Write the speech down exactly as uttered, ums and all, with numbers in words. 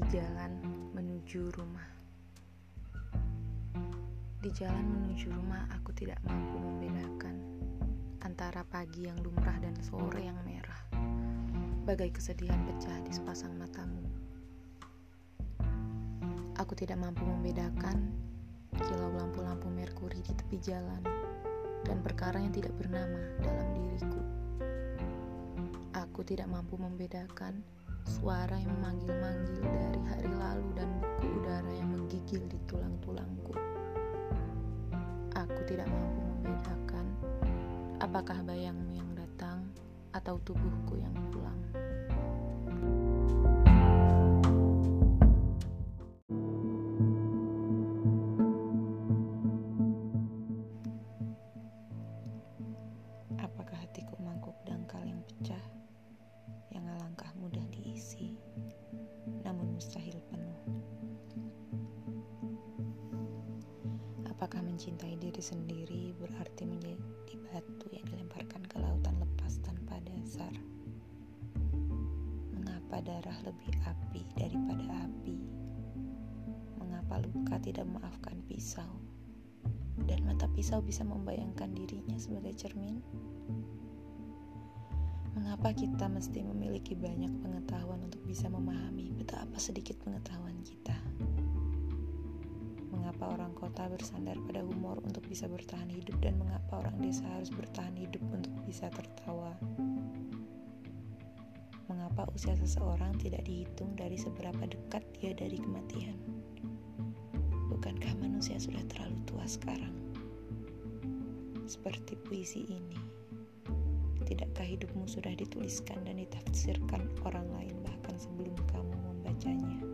jalan menuju rumah. Di jalan menuju rumah aku tidak mampu membedakan antara pagi yang lumrah dan sore yang merah, bagai kesedihan pecah di sepasang matamu. Aku tidak mampu membedakan kilau lampu-lampu merkuri di tepi jalan dan perkara yang tidak bernama dalam diriku. Aku tidak mampu membedakan suara yang memanggil-manggil dari hari lalu dan beku udara yang menggigil di tulang-tulangku. Aku tidak mampu membedakan apakah bayangmu yang datang atau tubuhku yang pulang. Apakah hatiku mangkuk dangkal yang pecah, yang alangkah mudah diisi, namun mustahil penuh? Apakah mencintai diri sendiri berarti menjadi batu yang dilemparkan ke lautan lepas tanpa dasar? Mengapa darah lebih api daripada api? Mengapa luka tidak memaafkan pisau? Dan mata pisau bisa membayangkan dirinya sebagai cermin? Mengapa kita mesti memiliki banyak pengetahuan untuk bisa memahami betapa sedikit pengetahuan kita? Mengapa orang kota bersandar pada humor untuk bisa bertahan hidup, dan mengapa orang desa harus bertahan hidup untuk bisa tertawa? Mengapa usia seseorang tidak dihitung dari seberapa dekat dia dari kematian? Bukankah manusia sudah terlalu tua sekarang? Seperti puisi ini, tidakkah hidupmu sudah dituliskan dan ditafsirkan orang lain bahkan sebelum kamu membacanya?